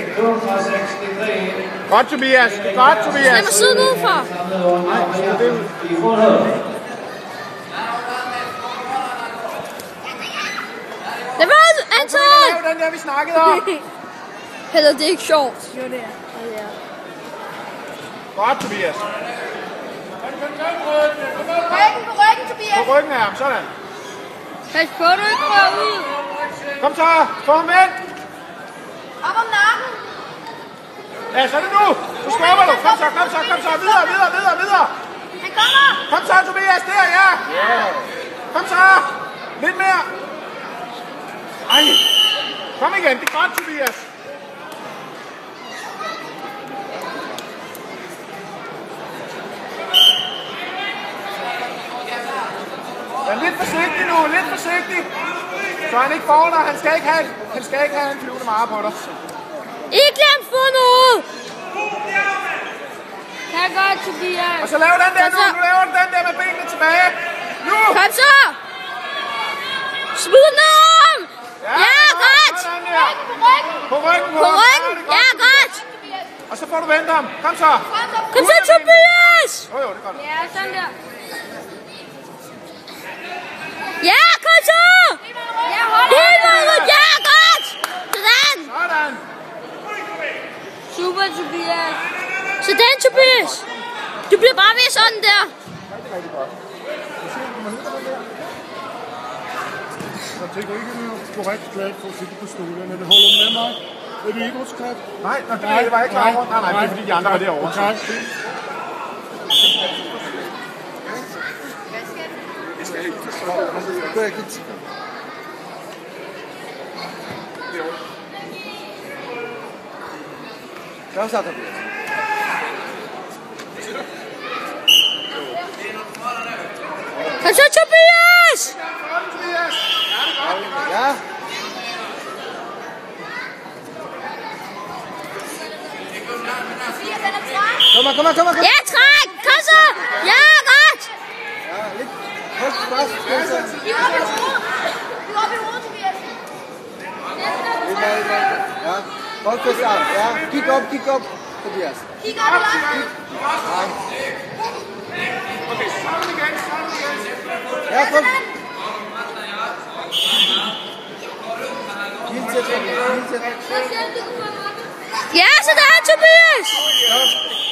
Godt, Tobias. Godt, Tobias. Lad mig sidde udenfor. Nej, det er ud. Det var Anton! Lave den der, vi snakkede om. Heller, det er ikke sjovt. Jo, det er. Godt, Tobias. På ryggen, Tobias. På ryggen af ham, sådan. Pas på, du ikke rører ud. Kom så, få ham ind. Op om nakken. Ja, så er det nu. Så skubber du. Kom så, kom så, kom så. Videre, videre, videre, videre. Han kommer. Kom så, Tobias. Der, ja. Kom så. Lidt mere. Ej. Kom igen. Det er godt, Tobias. Ja, lidt forsigtig nu. Lidt forsigtig. Så han ikke får dig. Han skal ikke have en flyvende mare på dig. Ikke glem få noget! Kan jeg godt, Tobias? Og så lav den der nu. Nu laver du den der med benene tilbage. Nu! Kom så! Smid den om! Ja, godt! På ryggen. På ryggen. På ryggen! Ja, godt! Og så får du ventet ham. Kom så! Kom så, Tobias! Jo, det er godt. Ja, sådan der. Ja, kom så! Ja, hold det! Ja, godt! Sådan! Sådan! Super, Tobias. Sådan, Tobias. Du bliver bare ved sådan der. Rigtig godt. Jeg tænker ikke, at det er korrekt glad for at sidde på stolen. Er det holder med mig? Er du idrætskat? Nej, det var ikke klar over. Nej, det er fordi de andre var derovre. Okay. Det skal jeg ikke forstå. Det er ikke tit. Kom så, Tobias. Kom så, Tobias! Ja. Kom. Ja, træk! Kom så! Ja, godt! Ja, lidt. Først. Vi er oppe i hovedet, Tobias. Ja. Godt fast arm. Ja. Kig op, Tobias. Kig op i armen. Okay, sammen igen. Ja, kom. Ja, sådan, Tobias! Ja.